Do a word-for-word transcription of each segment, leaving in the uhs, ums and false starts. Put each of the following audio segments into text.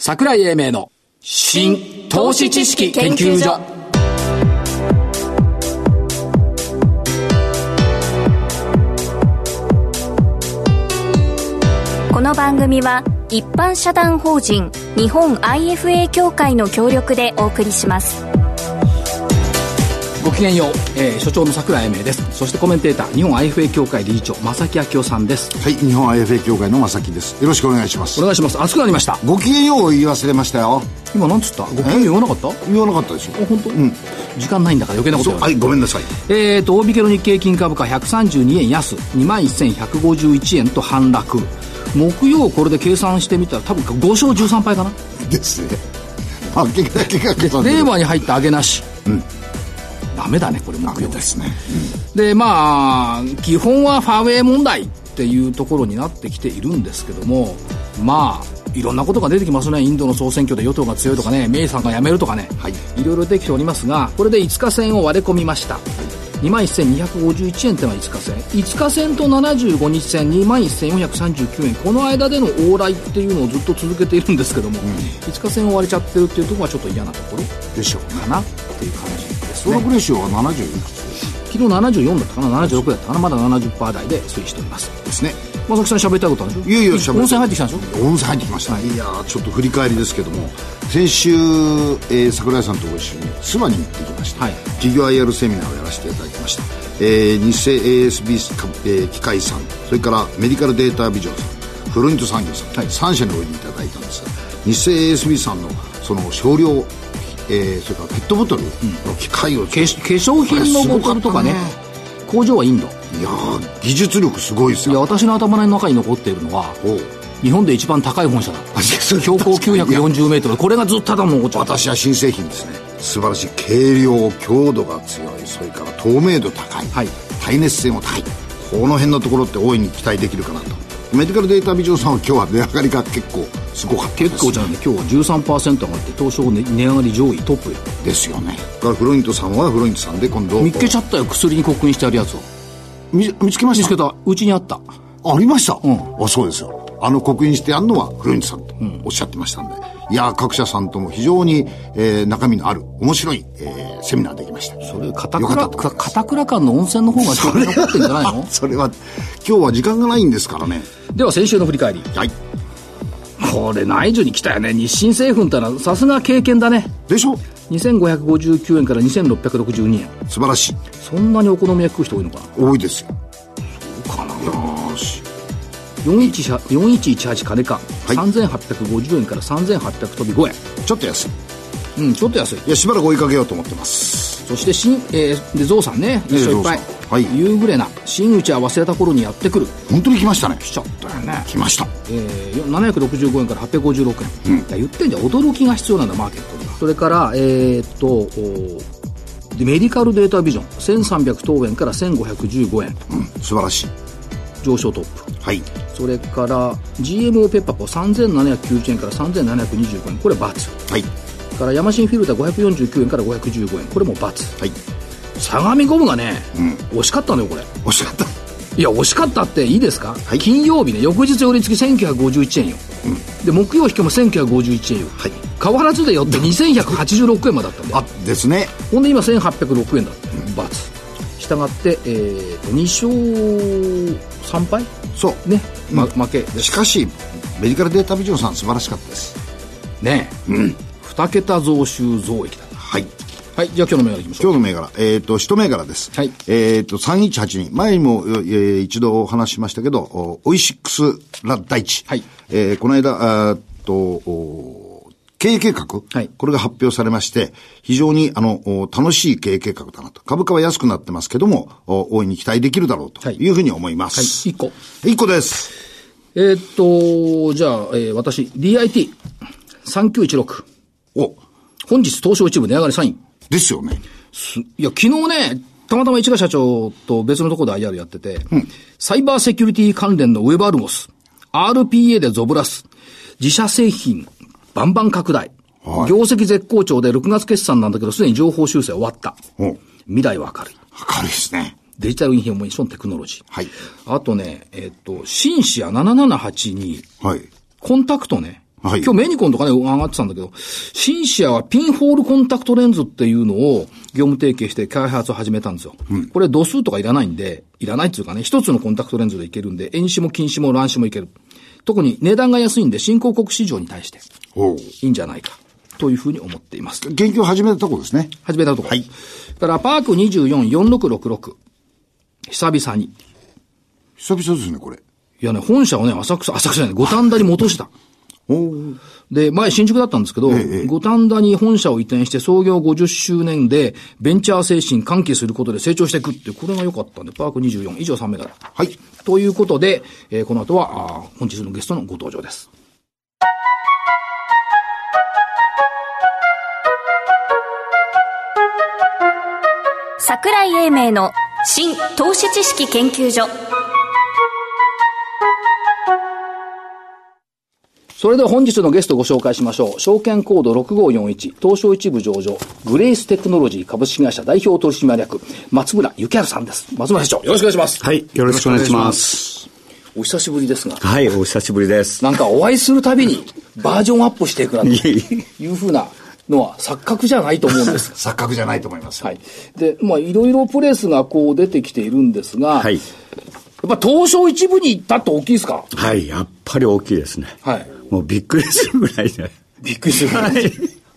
桜井英明の新投資知識研究所。 この番組は一般社団法人日本 アイエフエー 協会の協力でお送りします。 ごきげんよう、えー、所長の桜井英明です。そしてコメンテーター日本 アイエフエー 協会理事長正木昭夫さんです。 はい、日本 アイエフエー 協会の正木です。よろしくお願いします。 お願いします。暑くなりました。 ごきげんようを言い忘れましたよ。 今なんつった？ごきげんよう言わなかった？ 言わなかったですよ。 あ、本当？うん。時間ないんだから余計なこと言わない。 はい、ごめんなさい。 えーと大引けの日経金株価ひゃくさんじゅうにえん安 にまんせんひゃくごじゅういちえんと反落。木曜これで計算してみたら多分ごしょうじゅうさんぱいかなですね。負けだけがで令和に入った上げなし、 うん、 ダメだねこれ木曜ですね、 うん、でまあ基本はファーウェイ問題っていうところになってきているんですけども、まあいろんなことが出てきますね。インドの総選挙で与党が強いとかね、メイさんが辞めるとかね、はい、いろいろ出てきておりますが、これでいつか線を割れ込みました、はい、にまんせんにひゃくごじゅういちえんってのは5日線いつか線とななじゅうごにち線 にまんせんよんひゃくさんじゅうきゅうえん、この間での往来っていうのをずっと続けているんですけども、うん、いつか線を割れちゃってるっていうところがちょっと嫌なところでしょうかなっていう感じですね。 ストラックレシオはななじゅういくつ？ 昨日ななじゅうよんだったかな、ななじゅうろくだったかな、まだ ななじゅっパーセント 台で推移しておりますですね。 正木さん喋りたいことあるでしょ？ いやいや喋り温泉入ってきたんでしょ？ 温泉入ってきました、はい、いやちょっと振り返りですけども、先週、えー、桜井さんとご一緒に諏訪に行ってきました、はい、企業 アイアール セミナーをやらせていただきました。えー、日清 エーエスビー、えー、機械さん、それからメディカルデータビジョンさん、フロイント産業さん、はい、さん社においでいただいたんですが、日清 エーエスビー さんのその少量、えー、それからペットボトルの機械を、うん、化粧品のボトルとかね、工場はインド。 いや技術力すごいですよ。 いや私の頭の中に残っているのは日本で一番高い本社だ。標高きゅうひゃくよんじゅうメートル、これがずっとただもん。 私は新製品ですね。素晴らしい軽量、強度が強い、それから透明度高い、はい、耐熱性も高い、この辺のところって大いに期待できるかなと。メディカルデータビジョンさんは今日は値上がりが結構すごかったです。 結構じゃないね、今日は じゅうさんパーセント 上がって東証値上がり上位トップですよね。だからフロイントさんはフロイントさんで今度見っけちゃったよ、薬に刻印してあるやつを見, 見つけました。 見つけた。うちにあった。 ありました、うん、あそうですよ。あの刻印してあるのはフロイントさんとおっしゃってましたんで、うん、いや各社さんとも非常に、えー、中身のある面白い、えー、セミナーできました。 それ片倉片倉間の温泉の方がちょっと残ってんじゃないの？ それは今日は時間がないんですからね。 では先週の振り返り。はい。これ内需に来たよね。日清製粉ってのはさすが経験だね。 でしょ。 にせんごひゃくごじゅうきゅうえんからにせんろっぴゃくろくじゅうにえん。 素晴らしい。 そんなにお好み焼き食う人多いのかな？ 多いですよ。 そうかな。 よし。 よんいちいちはち金か、はい、さんぜんはっぴゃくごじゅうえんからさんぜんはっぴゃく飛びごえん。 ちょっと安い。 うん、ちょっと安い。 いやしばらく追いかけようと思ってます。 そして新、えー、でゾウさんね、一緒いっぱい、はい、夕暮れな新内は忘れた頃にやってくる。 本当に来ましたね。 来ちゃったよね。 来ました。 えー、ななひゃくろくじゅうごえんからはっぴゃくごじゅうろくえん、うん、言ってんじゃん、驚きが必要なんだマーケットには。それからえー、っとでメディカルデータビジョンせんさんびゃく等円からせんごひゃくじゅうごえん、 うん、素晴らしい。 上昇トップ。 はい。 それから ジーエムオー ペッパポさんぜんななひゃくきゅうじゅうえんからさんぜんななひゃくにじゅうごえん、これ×。はい。からヤマシンフィルターごひゃくよんじゅうきゅうえんからごひゃくじゅうごえん、これも×。はい。相模ゴムがね、うん、惜しかったのよこれ。 惜しかった。 いや惜しかったっていいですか、はい、金曜日ね、翌日寄り付きせんきゅうひゃくごじゅういちえんよ、うん、で木曜引けもせんきゅうひゃくごじゅういちえんよ、はい、変わらずでよってにせんひゃくはちじゅうろくえんまでだったんで。 あですね。 ほんで今せんはっぴゃくろくえんだった、うん、×。したがって、えー、とにしょうさんぱいそうね、 うん、負けです。しかしメディカルデータビジョンさん素晴らしかったですねえ、うん、に桁増収増益だ。 はいはい、じゃあ今日の銘柄いきましょう。 今日の銘柄、えっ、ー、と一銘柄です。はい。えっ、ー、とさんいちはちに前にも、えー、一度お話ししましたけど、オイシックスラ大地。はい。えー、この間あと経営計画、はい、これが発表されまして、非常にあの楽しい経営計画だなと。株価は安くなってますけども、大いに期待できるだろうというふうに思います。はい。はい、いっこ。いっこです。 えー、っとじゃあ、えー、私 ディーアイティーさんきゅういちろく。お。本日東証一部値上がりサイン。 ですよね。 いや、昨日ね、たまたま市川社長と別のところで アイアール やってて、うん、サイバーセキュリティ関連のウェブアルゴス、アールピーエー でゾブラス、自社製品、バンバン拡大、はい、業績絶好調でろくがつ決算なんだけど、すでに情報修正終わった。未来は明るい。 明るいですね。 デジタルインフォメーションテクノロジー。 はい。 あとね、えっと、シンシアななななはちに、はい。コンタクトね、 はい、 今日メニコンとかね、上がってたんだけど、シンシアはピンホールコンタクトレンズっていうのを業務提携して開発を始めたんですよ。うん、これ度数とかいらないんで、いらないっていうかね、一つのコンタクトレンズでいけるんで、遠視も近視も乱視もいける。特に値段が安いんで、新興国市場に対していいんじゃないかというふうに思っています。 研究を始めたところですね。 始めたところ。 はい。 だからパークにじゅうよん、よんろくろくろく。久々に。 久々ですね、これ。 いやね、本社をね、浅草、浅草じゃない、五反田に戻した。 おで、前新宿だったんですけど、ええ、五反田に本社を移転して創業ごじゅっしゅうねんで、ベンチャー精神喚起することで成長していくって、これが良かったんで、パークにじゅうよん以上さん銘柄。 はい。 ということで、えー、この後は、あ本日のゲストのご登場です。 桜井英明の新投資知識研究所。 それでは本日のゲストをご紹介しましょう。証券コードろくごよんいち、東証一部上場、グレイステクノロジー株式会社代表取締役、松村幸春さんです。松村社長、よろしくお願いします。 はい、よろしくお願いします。 お久しぶりですが。 はい、お久しぶりです。 なんかお会いするたびにバージョンアップしていくなというふうなのは錯覚じゃないと思うんです。 錯覚じゃないと思います。 はい。で、まあいろいろプレスがこう出てきているんですが、はい。やっぱ東証一部に行ったって大きいですか？ はい、やっぱり大きいですね。 はい。 もうびっくりするぐらいで。 びっくりするぐらい。はい。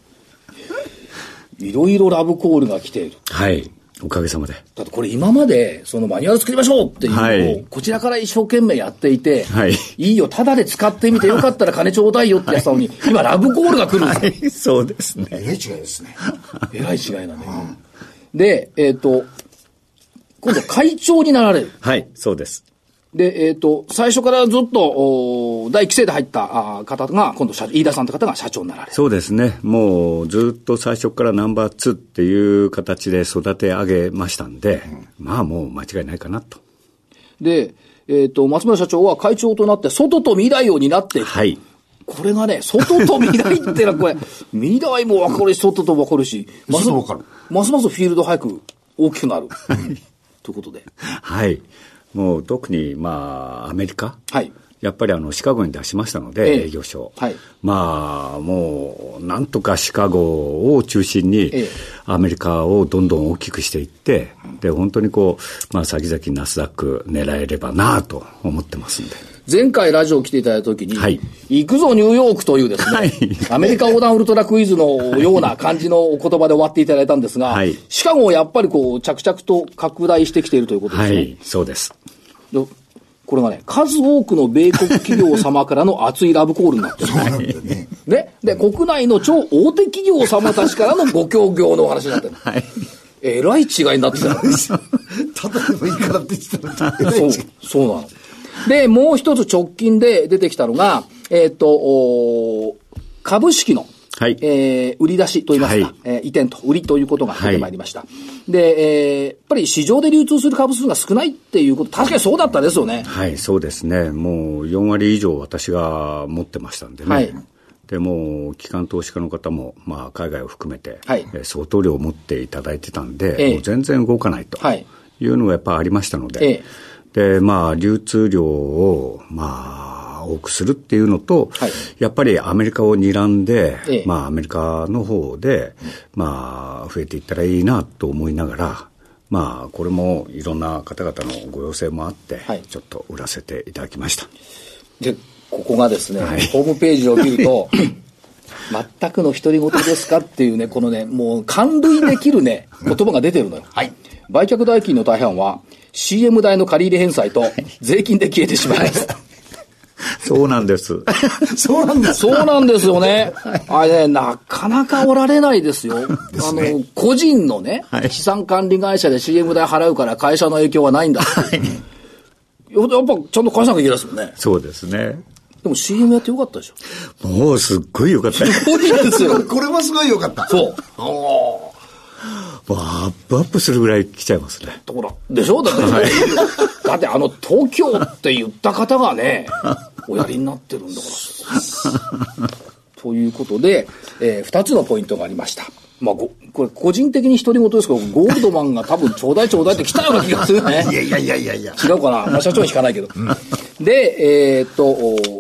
いろいろラブコールが来ている。 はい。おかげさまで。 だってこれ今まで、そのマニュアル作りましょうっていうのを、はい、こちらから一生懸命やっていて、はい。いいよ、ただで使ってみてよかったら金ちょうだいよってやつなのに、はい、今ラブコールが来るんですよ。 はい、そうですね。 えらい違いですね。 えらい違いなんだよ。で、えっと、今度会長になられる。 はい、そうです。 で、えっ、ー、と、最初からずっと、大規制で入った方が、今度、飯田さんって方が社長になられる。 そうですね。もう、ずっと最初からナンバーツーっていう形で育て上げましたんで、うん、まあもう間違いないかなと。 で、えっ、ー、と、松村社長は会長となって、外と未来を担っていく。 はい。 これがね、外と未来っていうのはこれ、未来も分かるし、外と分かるし、 ますます、 ますますフィールド早く大きくなる。はい。ということで。 はい。もう特にまあアメリカ、 はい、 やっぱりあのシカゴに出しましたので、ええ、営業所、はい、まあもうなんとかシカゴを中心にアメリカをどんどん大きくしていって、で本当にこうまあ先々ナスダック狙えればなと思ってますんで。 前回ラジオ来ていただいたときに、はい、行くぞニューヨークというですね、はい、アメリカ横断ウルトラクイズのような感じのお言葉で終わっていただいたんですが、はい、シカゴをやっぱりこう着々と拡大してきているということですね。 はい、そうです。 これがね、数多くの米国企業様からの熱いラブコールになってる。そうなんだよね。ね。で、国内の超大手企業様たちからのご協業のお話になってる。はい。えらい違いになってた。 ただでもいいからって言ってたら。 そう、そうなの。で、もう一つ直近で出てきたのが、えっと、株式の、はい、えー、売り出しといいますか、はい、えー、移転と、売りということが出てまいりました。はい、で、えー、やっぱり市場で流通する株数が少ないっていうこと、確かにそうだったですよね。 はい、そうですね。もうよんわり以上私が持ってましたんでね。はい。でも機関投資家の方も、まあ、海外を含めて、はい、えー、相当量持っていただいてたんで、えー、もう全然動かないというのがやっぱりありましたので、えーで、まあ、流通量を、まあ、多くするっていうのと、はい、やっぱりアメリカを睨んで、ええ、まあ、アメリカの方で、まあ、増えていったらいいなと思いながら、まあ、これもいろんな方々のご要請もあって、はい、ちょっと売らせていただきました。 で、ここがですね、はい、ホームページを見ると、全くの独り言ですかっていうね、このね、もう、感類できるね、言葉が出てるのよ。はい。売却代金の大半は、シーエム 代の借り入れ返済と税金で消えてしまいます。 そうなんです。 そうなんです。 そうなんですよね。あれね、なかなかおられないですよ。ですね、あの、個人のね、はい、資産管理会社で シーエム 代払うから会社の影響はないんだ。はい、やっぱちゃんと返さなきゃいけないですよね。 そうですね。 でも シーエム やってよかったでしょ。 もうすっごいよかった。 すごいですよ。 これはすごいよかった。 そう。おー。 アップアップするぐらい来ちゃいますね。 ところでしょだって、はい、だってあの東京って言った方がねおやりになってるんだからということで、えー、ふたつのポイントがありました。まあ、ごこれ個人的に独り言ですけどゴールドマンが多分ちょうだいちょうだいって来たような気がするね。 いやいやいやいやいや違うかな、まあ、社長に引かないけど、うん、でえー、っと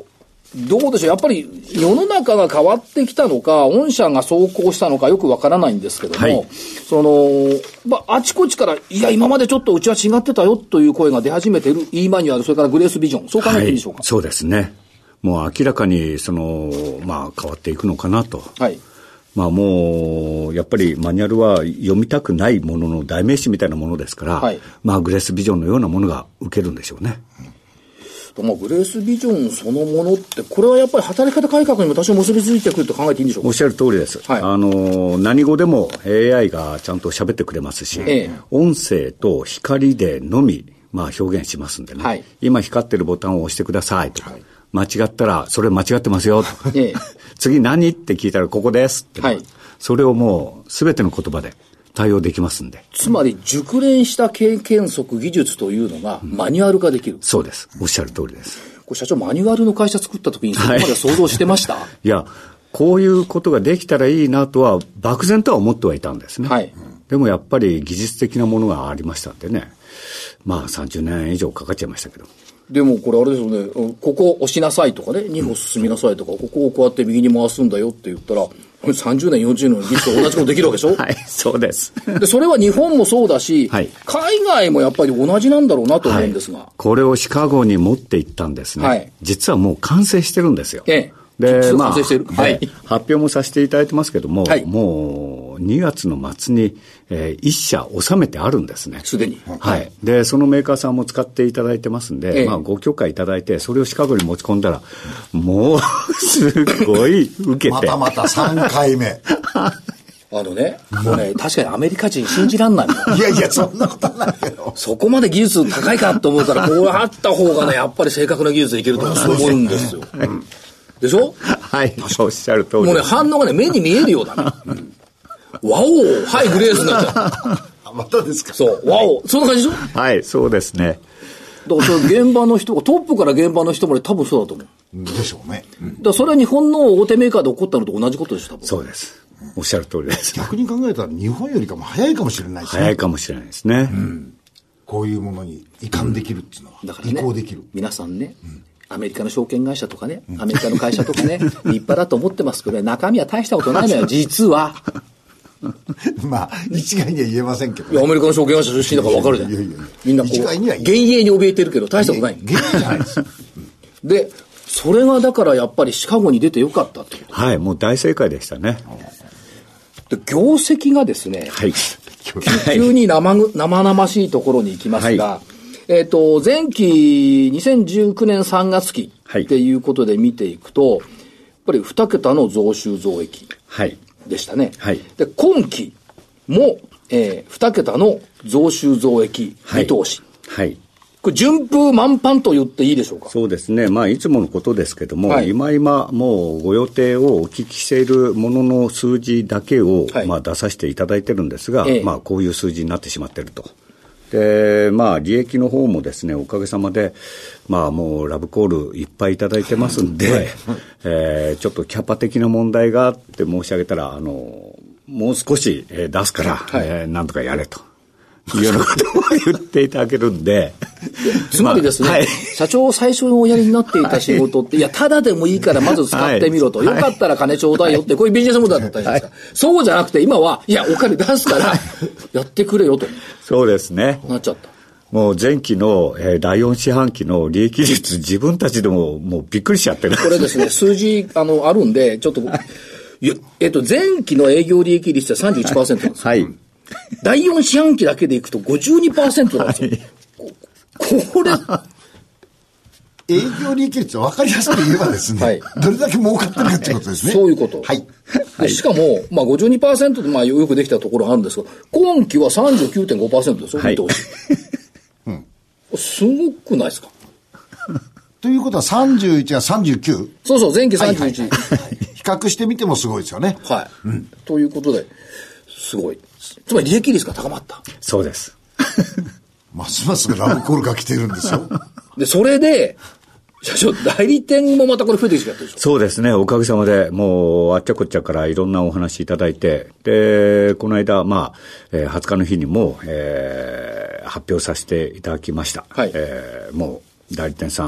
どうでしょう、やっぱり世の中が変わってきたのか、御社が走行したのかよくわからないんですけども、はい、その、まあ、あちこちから、いや、今までちょっとうちは違ってたよという声が出始めている E マニュアル、それからグレースビジョン、そう考えていいでしょうか。 はい、そうですね。もう明らかに、その、まあ、変わっていくのかなと。はい。まあもう、やっぱりマニュアルは読みたくないものの代名詞みたいなものですから、はい、まあグレースビジョンのようなものが受けるんでしょうね。 まあ、グレースビジョンそのものって、これはやっぱり働き方改革にも多少結びついてくると考えていいんでしょうか。 おっしゃる通りです。はい、あの、何語でも エーアイ がちゃんと喋ってくれますし、ええ、音声と光でのみ、まあ表現しますんでね。はい、今光ってるボタンを押してくださいとか、はい、間違ったら、それ間違ってますよとか、ええ、次何って聞いたらここですって、はい、それをもう全ての言葉で対応できますんで。 つまり熟練した経験則技術というのがマニュアル化できる、うん、 そうです。おっしゃる通りです。 これ社長、マニュアルの会社作った時にそこまで想像してました、はい、 いや、こういうことができたらいいなとは漠然とは思ってはいたんですね、はい、でもやっぱり技術的なものがありましたんでね、まあさんじゅうねん以上かかっちゃいましたけど。 でもこれあれですよね、ここ押しなさいとかね、に歩進みなさいとか、うん、ここをこうやって右に回すんだよって言ったら、さんじゅうねんよんじゅうねんの技術と同じことできるわけでしょ。 はい、そうです。 で、それは日本もそうだし、はい、海外もやっぱり同じなんだろうなと思うんですが、はい、 これをシカゴに持っていったんですね、はい、実はもう完成してるんですよ。ええで、まあ、はい、発表もさせていただいてますけども、はい、もうにがつの末に、えー、一社収めてあるんですね。 すでに。 はい。で、そのメーカーさんも使っていただいてますんで、ええ、まあ、ご許可いただいて、それをシカゴに持ち込んだら、もう、すごい受けて。 またまたさんかいめ。 あのね、もうね、確かにアメリカ人信じらんないもん。 いやいや、そんなことないけど。 そこまで技術高いかと思うから、こうあった方がね、やっぱり正確な技術でいけると思うんですよ。はい、でしょ。 はい、おっしゃる通り。 もうね、反応がね、目に見えるようだね。うん、ワオー、はい、グレースになっちゃう。またですか。 そう、ワオー、そんな感じでしょ。 はい、そうですね。 だからそれ現場の人が、トップから現場の人まで多分そうだと思う。 でしょうね。 うん、だからそれは日本の大手メーカーで起こったのと同じことでしょ、多分。 そうです。おっしゃる通りです。 逆に考えたら日本よりかも早いかもしれないですね。 早いかもしれないですね。 うん、こういうものに移管できるっていうのは、うん、だからね、移行できる。 皆さんね、うんアメリカの証券会社とかね、アメリカの会社とかね、立派だと思ってますけどね、中身は大したことないのよ、実は。 まあ、一概には言えませんけど、ね。 いや、アメリカの証券会社出身だから分かるじゃん。いやいやいやみんなこう、幻影に怯えてるけど、大したことない。 幻影じゃないです。 で、それがだからやっぱりシカゴに出てよかったってこと。 はい、もう大正解でしたね。 で、業績がですね、はい、急に生生々しいところに行きますが、はいえっと、前期にせんじゅうきゅうねんさんがつきっていうことで見ていくと、はい、やっぱりに桁の増収増益でしたね。はい、で今期も、えー、に桁の増収増益見通し。はい。はい、これ順風満帆と言っていいでしょうか。 そうですね。まあいつものことですけども、はい、今今もうご予定をお聞きしているものの数字だけを、はい、まあ出させていただいてるんですが、ええ、まあこういう数字になってしまっていると。で、まあ、利益の方もですね、おかげさまで、まあ、もう、ラブコールいっぱいいただいてますんで、はいえー、ちょっとキャパ的な問題があって申し上げたら、あの、もう少し、えー、出すから、はいえー、なんとかやれと。いうようなことを言っていただけるんで。 つまりですね、まあはい、社長最初におやりになっていた仕事って、はい、いや、ただでもいいからまず使ってみろと。はい、よかったら金ちょうだいよって、こういうビジネスモデルだったじゃないですか。はい、そうじゃなくて、今は、いや、お金出すから、やってくれよと。 そうですね。 なっちゃった。 もう前期の、えー、だいよん四半期の利益率、自分たちでももうびっくりしちゃってる。 これですね、数字、あの、あるんで、ちょっと、いやえっと、前期の営業利益率は さんじゅういちパーセント なんですよ。はい。だいよん四半期だけでいくと ごじゅうにパーセント なんですよ。はい、こ, これ。 営業利益率は分かりやすく言えばですね、はい、どれだけ儲かってるかってことですね。 そういうこと。 はい。 でしかも、まあ ごじゅうにパーセント でまあよくできたところがあるんですが、今期は さんじゅうきゅうてんごパーセント ですよ、見通し。うん。すごくないですか。 ということはさんじゅういちがさんじゅうきゅう？ そうそう、前期さんじゅういち。はいはいはい、 比較してみてもすごいですよね。 はい。うん、ということで、すごい。つまり利益率が高まった。 そうです。 ますますラブコールが来てるんですよ。 で、それで、社長、代理店もまたこれ増えてきちゃったでしょ。 そうですね。おかげさまで、もう、あっちゃこっちゃからいろんなお話いただいて、で、この間、まあ、えー、はつかの日にも、えー、発表させていただきました。はい。えー、もう、代理店さん、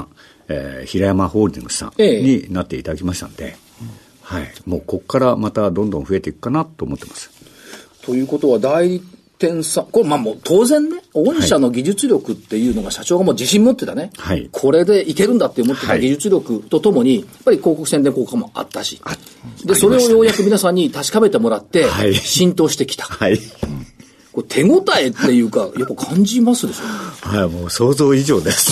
えー、平山ホールディングスさんになっていただきましたんで、ええ、はい、もうここからまたどんどん増えていくかなと思ってます。 ということは代理店さん、これまあもう当然ね、御社の技術力っていうのが社長がもう自信持ってたね、はい、これでいけるんだって思ってた技術力とともに、やっぱり広告宣伝効果もあったし、でそれをようやく皆さんに確かめてもらって浸透してきた、はい、これ手応えっていうかやっぱ感じますでしょ。 はい、もう想像以上です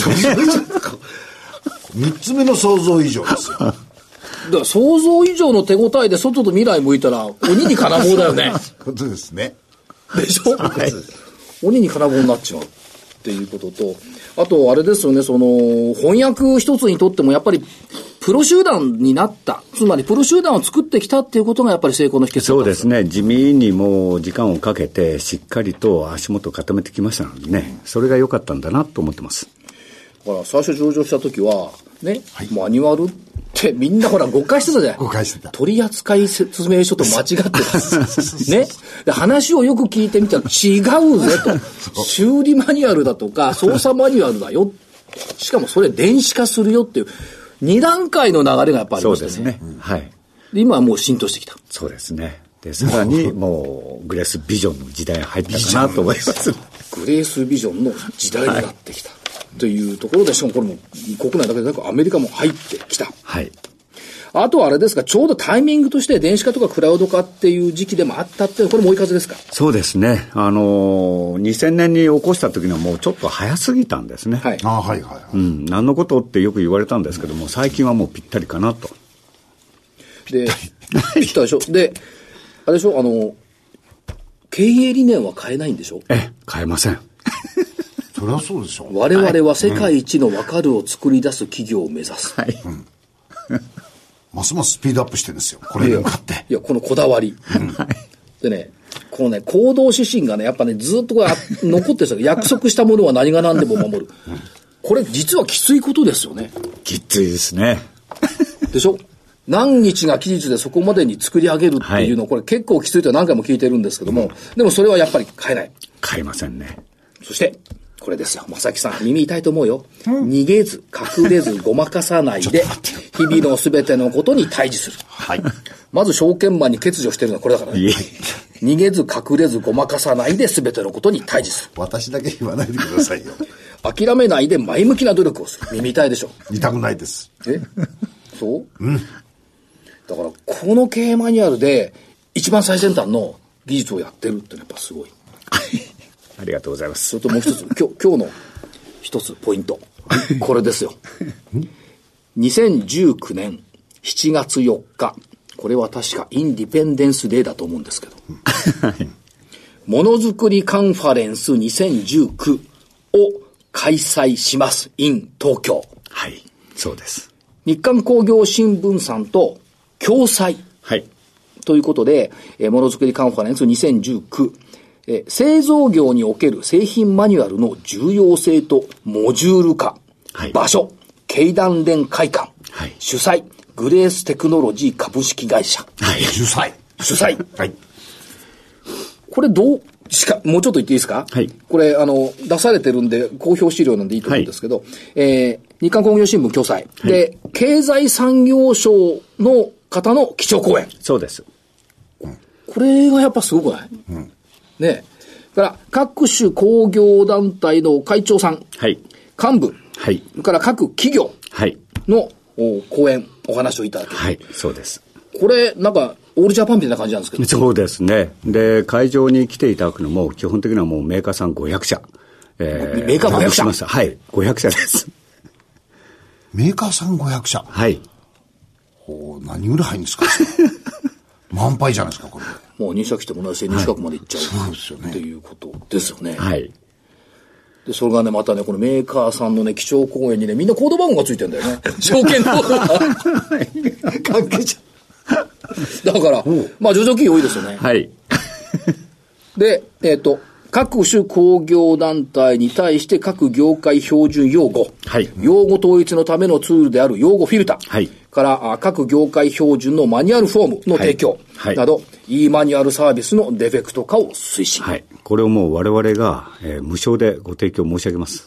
みっつめの想像以上ですよ。 だから想像以上の手応えで外と未来向いたら鬼に金棒だよね。 本当ですね。 でしょ、はい、鬼に金棒になっちまうっていうことと、あとあれですよね、その翻訳一つにとってもやっぱりプロ集団になった、つまりプロ集団を作ってきたっていうことがやっぱり成功の秘訣だったんです。 そうですね、地味にもう時間をかけてしっかりと足元を固めてきましたのでね、それが良かったんだなと思ってます。 だから最初上場した時はね、はい、マニュアルってみんなほら誤解してたじゃん。 誤解してた。 取扱説明書と間違ってた。ね。で話をよく聞いてみたら違うぜと。修理マニュアルだとか操作マニュアルだよ。しかもそれ電子化するよっていうに段階の流れがやっぱりありましたね。 そうですね。はい。 で今はもう浸透してきた。 そうですね。でさらにもうグレースビジョンの時代に入ったかなと思います。 グレースビジョンの時代になってきた。はい、というところで、しかもこれも国内だけでなくアメリカも入ってきた。 はい。 あとはあれですか、ちょうどタイミングとして電子化とかクラウド化っていう時期でもあったって、これも追い風ですか？ そうですね。あのー、にせんねんに起こした時にはもうちょっと早すぎたんですね。 はい。あはいはい、はい。 うん。何のことってよく言われたんですけども、最近はもうぴったりかなと。 で、ぴったりでしょ。で、あれでしょ、あの、経営理念は変えないんでしょ？ え、変えません。 それはそうでしょう。 我々は世界一の分かるを作り出す企業を目指す。はい。うん、 ますますスピードアップしてるんですよ。これに向かって。 いや、このこだわり。うん、でね、このね、行動指針がね、やっぱね、ずっとこれ残ってるんですよ。約束したものは何が何でも守る。うん、これ実はきついことですよね。 きついですね。 でしょ？何日が期日でそこまでに作り上げるっていうの、はい、これ結構きついと何回も聞いてるんですけども、うん、でもそれはやっぱり変えない。 変えませんね。 そして、これですよ。正木さん、耳痛いと思うよ。うん、逃げず、隠れず、ごまかさないで、日々のすべてのことに対峙する。はい。まず証券マンに欠如してるのはこれだからね。逃げず、隠れず、ごまかさないで、すべてのことに対峙する。 私だけ言わないでくださいよ。 諦めないで前向きな努力をする。耳痛いでしょ。 痛くないです。 えそううん。 だから、この経営マニュアルで、一番最先端の技術をやってるってのはやっぱすごい。 ありがとうございます。 それともう一つ、今日、今日の一つポイント。これですよ。にせんじゅうきゅうねんしちがつよっか。これは確かインディペンデンスデーだと思うんですけど。ものづくりカンファレンスにせんじゅうきゅうを開催します。in 東京。 はい。そうです。 日刊工業新聞さんと共催。 はい。 ということで、えー、ものづくりカンファレンスにせんじゅうきゅう。えー、製造業における製品マニュアルの重要性とモジュール化、はい、場所、経団連会館、はい、主催、グレーステクノロジー株式会社。 はい、主催。 主催。 はい。 これどうしか、もうちょっと言っていいですか？はい。これ、あの、出されてるんで、公表資料なんでいいと思うんですけど、はい、えー、日刊工業新聞共催、はい。で、経済産業省の方の基調講演。 そうです。 これがやっぱすごくない？うん。ね、から各種工業団体の会長さん、はい、幹部、はい、それから各企業の、はい、講演、お話をいただける。 はい、そうです。 これ、なんか、オールジャパンみたいな感じなんですけど。 そうですね。で、会場に来ていただくのも、基本的にはもうメーカーさんごひゃくしゃ。 えー、メーカーごひゃくしゃはい、ごひゃくしゃです。 メーカーさんごひゃくしゃ。 はい。 ほう、何ぐらい入るんですか満杯じゃないですか、これ。 もう入社来ても同じ入試格まで行っちゃう、はい、そうですよね。っていうことですよね。 はい。 で、それがね、またね、このメーカーさんのね、基調講演にね、みんなコード番号がついてるんだよね。証券コードが。関係者。だから、まあ上場企業多いですよね。 はい。 で、えっと、各種工業団体に対して各業界標準用語、はい、用語統一のためのツールである用語フィルター、はい、から各業界標準のマニュアルフォームの提供、はいはい、など e マニュアルサービスのデフェクト化を推進。 はい、これをもう我々が、えー、無償でご提供申し上げます。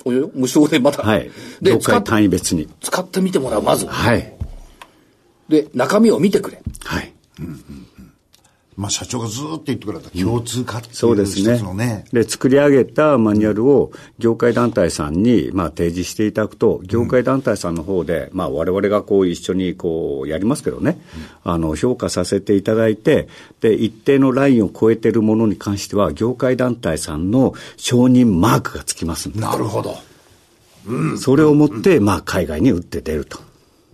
およ無償でまた。 はい。業界単位別に。 使ってみてもらう、まず。 はい。 で、中身を見てくれ。 はい。 うんうんうん、まあ、社長がずっと言ってくれた共通化っていう、 そうですね。 一つのね。 で、作り上げたマニュアルを業界団体さんに、まあ、提示していただくと、業界団体さんの方で、うん、まあ、我々がこう一緒にこうやりますけどね、うん、あの、評価させていただいて、で、一定のラインを超えているものに関しては、業界団体さんの承認マークがつきますんで。 なるほど。 うん。それをもって、まあ、海外に売って出ると。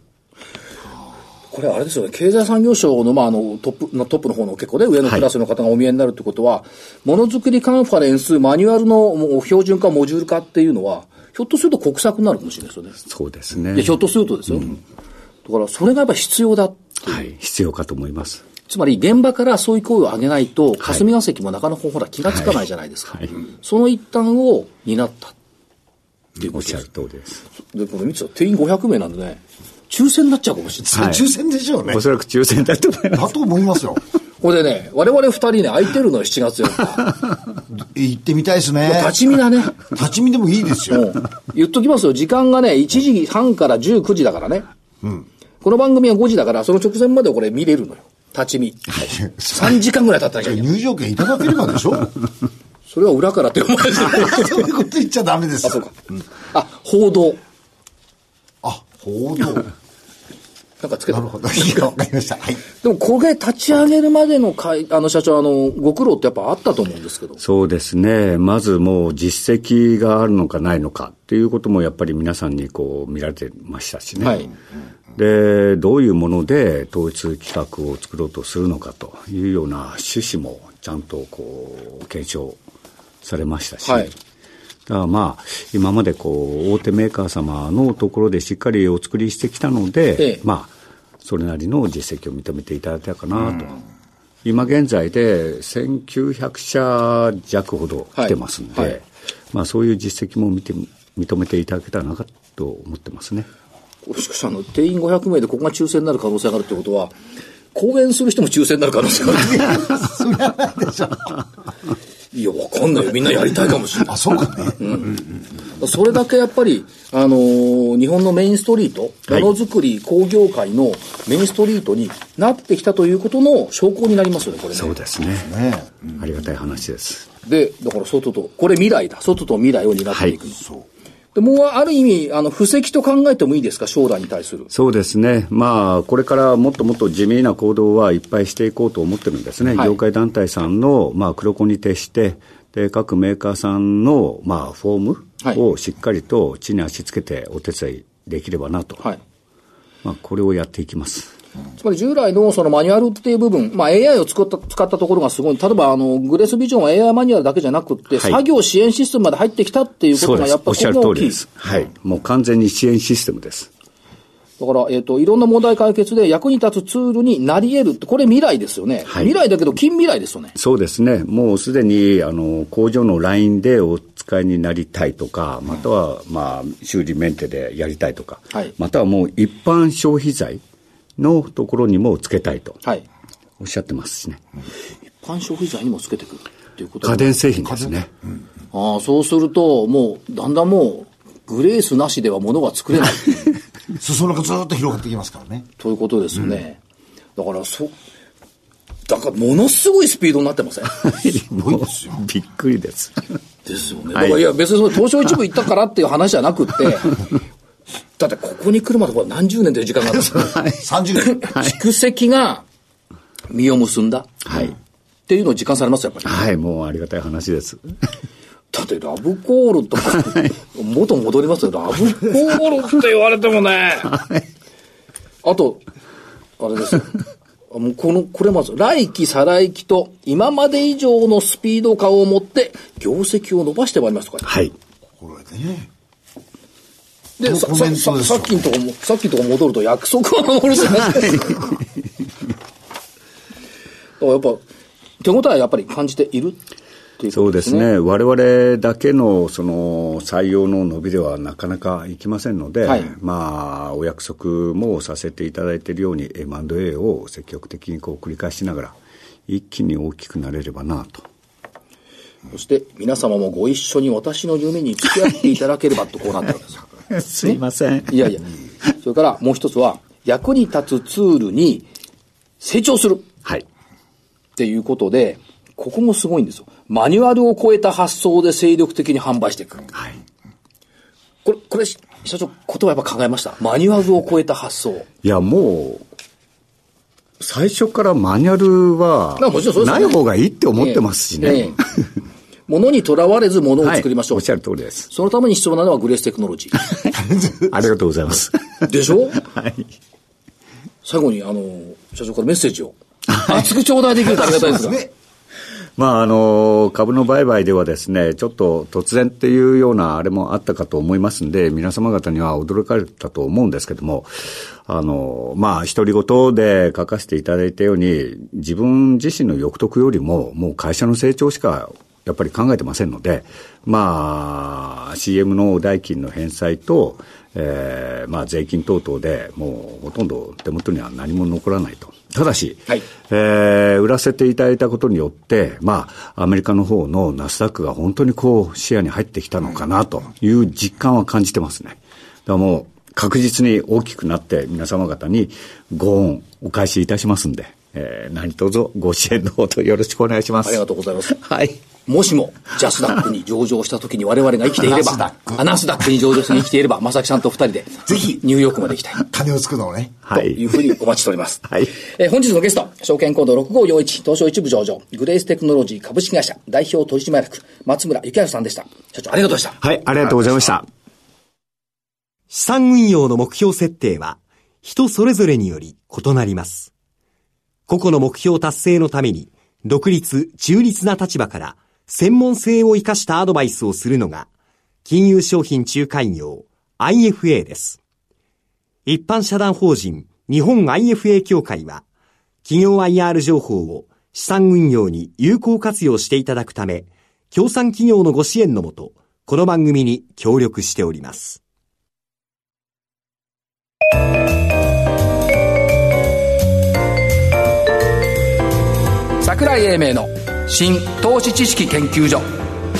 これあれですよね、経済産業省の、まあ、あのトップのトップの方の結構ね、上のクラスの方がお見えになるということは、ものづくりカンファレンス、マニュアルのもう標準化、モジュール化っていうのは、ひょっとすると国策になるかもしれないですよね。 そうですね。 いやひょっとするとですよ。うん、だから、それがやっぱり必要だ。 はい、必要かと思います。 つまり、現場からそういう声を上げないと、霞が関もなかなかほら気がつかないじゃないですか。はいはい、その一端を担ったっていうことです。 おっしゃる通りです。 で、これ見てたら定員ごひゃくめいなんでね、抽選になっちゃうかもしれない。 はい、抽選でしょうね。 おそらく抽選だと思います。 だと思いますよ。 これでね、我々二人ね、空いてるのよ、しちがつよっか。 行ってみたいですね。 立ち見だね。 立ち見でもいいですよ。 言っときますよ、時間がね、いちじはんからじゅうくじだからね。うん。この番組はごじだから、その直前までこれ見れるのよ。立ち見。さんじかんぐらい経ったなきゃいけない。 入場券いただければでしょ。 それは裏からって思われてない。そういうこと言っちゃダメです。 あ、そうか。うん、あ、報道。 あ、報道。 なんかつけた。 なるほど。いいか、わかりました。はい。 でも、これ立ち上げるまでの会、あの社長、あの、ご苦労ってやっぱあったと思うんですけど。 そうですね。まずもう実績があるのかないのかっていうこともやっぱり皆さんにこう見られてましたしね。はい。で、どういうもので統一企画を作ろうとするのかというような趣旨もちゃんとこう検証されましたし。はい。だからまあ、今までこう、大手メーカー様のところでしっかりお作りしてきたので、ええ、まあ、それなりの実績を認めていただいたかなと。今現在でせんきゅうひゃくしゃ弱ほど来てますんで、はいはい、まあそういう実績も見て、認めていただけたらなかと思ってますね。 しかし、あの、定員ごひゃくめいでここが抽選になる可能性があるってことは、講演する人も抽選になる可能性がある。 それはないでしょ。 いや、わかんないよ。みんなやりたいかもしれない。 あ、そうかね。うんうん、それだけやっぱり、あのー、日本のメインストリート、ものづくり工業界のメインストリートになってきたということの証拠になりますよね、これね。 そうですね。ね、うん、ありがたい話です。 で、だから外と、これ未来だ。外と未来を担っていく。はい、そう。でもうある意味、あの、布石と考えてもいいですか、将来に対する。 そうですね。まあ、これからもっともっと地味な行動はいっぱいしていこうと思ってるんですね。はい、業界団体さんの、まあ、黒子に徹して、で、各メーカーさんの、まあ、フォームをしっかりと地に足つけてお手伝いできればなと。はい。まあ、これをやっていきます。 つまり従来のそのマニュアルっていう部分、まあ エーアイ を使った、使ったところがすごい。例えばあの、グレスビジョンは エーアイ マニュアルだけじゃなくって、はい、作業支援システムまで入ってきたっていうことがやっぱり大きい。おっしゃる通りです。 はい。もう完全に支援システムです。 だから、えっと、いろんな問題解決で役に立つツールになり得るって、これ未来ですよね。はい、未来だけど近未来ですよね。 そうですね。もうすでに、あの、工場のラインでお使いになりたいとか、または、まあ、修理メンテでやりたいとか、はい、またはもう一般消費財のところにもつけたいと、はい、おっしゃってますしね。 一般消費財にもつけてくるっていうこと家電製品ですね。 うん、ああ、そうすると、もう、だんだんもう、グレースなしでは物が作れない。 裾野がずっと広がってきますからね。 ということですよね。うん、だから、そ、だから、ものすごいスピードになってません？ すごいですよ。 びっくりです。 ですよね。だから、いや、別にその東証一部行ったからっていう話じゃなくって、だってここに来るまでこれ何十年という時間があるんですか、はい、さんじゅうねん。蓄積が実を結んだ。はい。っていうのを実感されますやっぱり。 はい、もうありがたい話です。 だってラブコールとか、はい、元戻りますよ。ラブコールって言われてもね。はい、あと、あれですよ。もうこの、これまず、来期再来期と今まで以上のスピード感を持って業績を伸ばしてまいりますとか、ね。はい。これね。で、さ、さ、さ、さっきのとこも、さっきのとこ戻ると約束は守るじゃないですか。だからやっぱ、手応えはやっぱり感じているっていうことですね。 そうですね。我々だけのその採用の伸びではなかなかいきませんので、はい、まあ、お約束もさせていただいているように エムアンドエー を積極的にこう繰り返しながら、一気に大きくなれればなと。 そして皆様もご一緒に私の夢に付き合っていただければとこうなってるんですよすいません。 いやいや。それからもう一つは、役に立つツールに成長する。 はい。 っていうことで、ここもすごいんですよ。マニュアルを超えた発想で精力的に販売していく。はい。これ、これ、社長、言葉やっぱ考えました。マニュアルを超えた発想。 いや、もう、最初からマニュアルは、ない方がいいって思ってますしね。ええええ、 物にとらわれず物を作りましょう、 はい。おっしゃる通りです。 そのために必要なのはグレーステクノロジー。 ありがとうございます。 でしょはい。 最後に、あの、社長からメッセージを。熱く頂戴できるとありがたいですが。ね。 まあ、あの、株の売買ではですね、ちょっと突然っていうようなあれもあったかと思いますんで、皆様方には驚かれたと思うんですけども、あの、まあ、独り言で書かせていただいたように、自分自身の欲得よりも、もう会社の成長しかやっぱり考えてませんので、まあ、シーエム の代金の返済と、えー、まあ、税金等々でもうほとんど手元には何も残らないと。ただし、はい、えー、売らせていただいたことによって、まあ、アメリカの方のナスダックが本当にこう、視野に入ってきたのかなという実感は感じてますね。だからもう、確実に大きくなって皆様方にご恩お返しいたしますんで、えー、何卒ご支援のほどよろしくお願いします。 ありがとうございます。 はい。 もしもジャスダックに上場した時に我々が生きていれば、ナスダック、ナスダックに上場して生きていれば、正木さんと二人でぜひニューヨークまで行きたい。 金をつくのをね、 というふうにお待ちしております。 はい。 えー、本日のゲスト、証券コードろくごよんいち東証一部上場グレーステクノロジー株式会社代表取締役松村幸治さんでした。社長ありがとうございました。 はい、ありがとうございました。 資産運用の目標設定は人それぞれにより異なります。個々の目標達成のために独立、中立な立場から専門性を生かしたアドバイスをするのが金融商品仲介業 アイエフエー です。一般社団法人日本 アイエフエー 協会は企業 アイアール 情報を資産運用に有効活用していただくため、協賛企業のご支援のもと、この番組に協力しております。 櫻井英明の新投資知識研究所。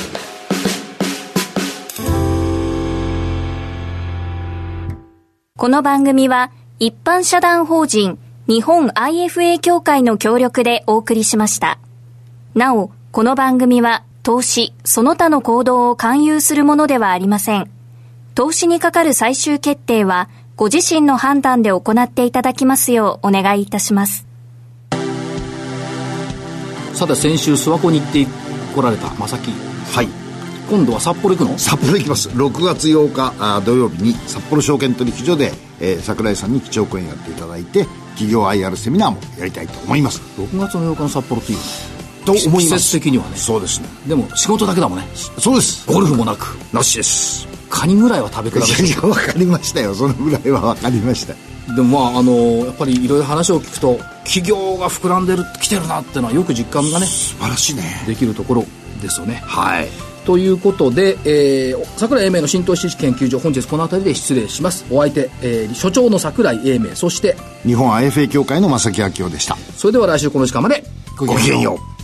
この番組は一般社団法人日本 アイエフエー 協会の協力でお送りしました。なお、この番組は投資その他の行動を勧誘するものではありません。投資にかかる最終決定はご自身の判断で行っていただきますようお願いいたします。 さて先週諏訪湖に行って来られた正木。 はい。 今度は札幌行くの？ 札幌行きます。ろくがつようかあ土曜日に札幌証券取引所で、えー、櫻井さんに基調講演やっていただいて、企業 アイアール セミナーもやりたいと思います。 ろくがつのようかの札幌っていうと思います。 季節的にはね。 そうですね。 でも仕事だけだもんね。 そうです。 ゴルフもなくなしです。 カニぐらいは食べ比べて。 いや分かりましたよ。そのぐらいは分かりました。 でもまああのやっぱりいろいろ話を聞くと企業が膨らんでる来てるなっていうのはよく実感がね素晴らしいねできるところですよね。 はい。 ということで、えー、櫻井英明の新投資知識研究所、本日この辺りで失礼します。お相手、えー、所長の櫻井英明、そして日本 アイエフエー 協会の正木明夫でした。 それでは来週この時間までごきげんよう。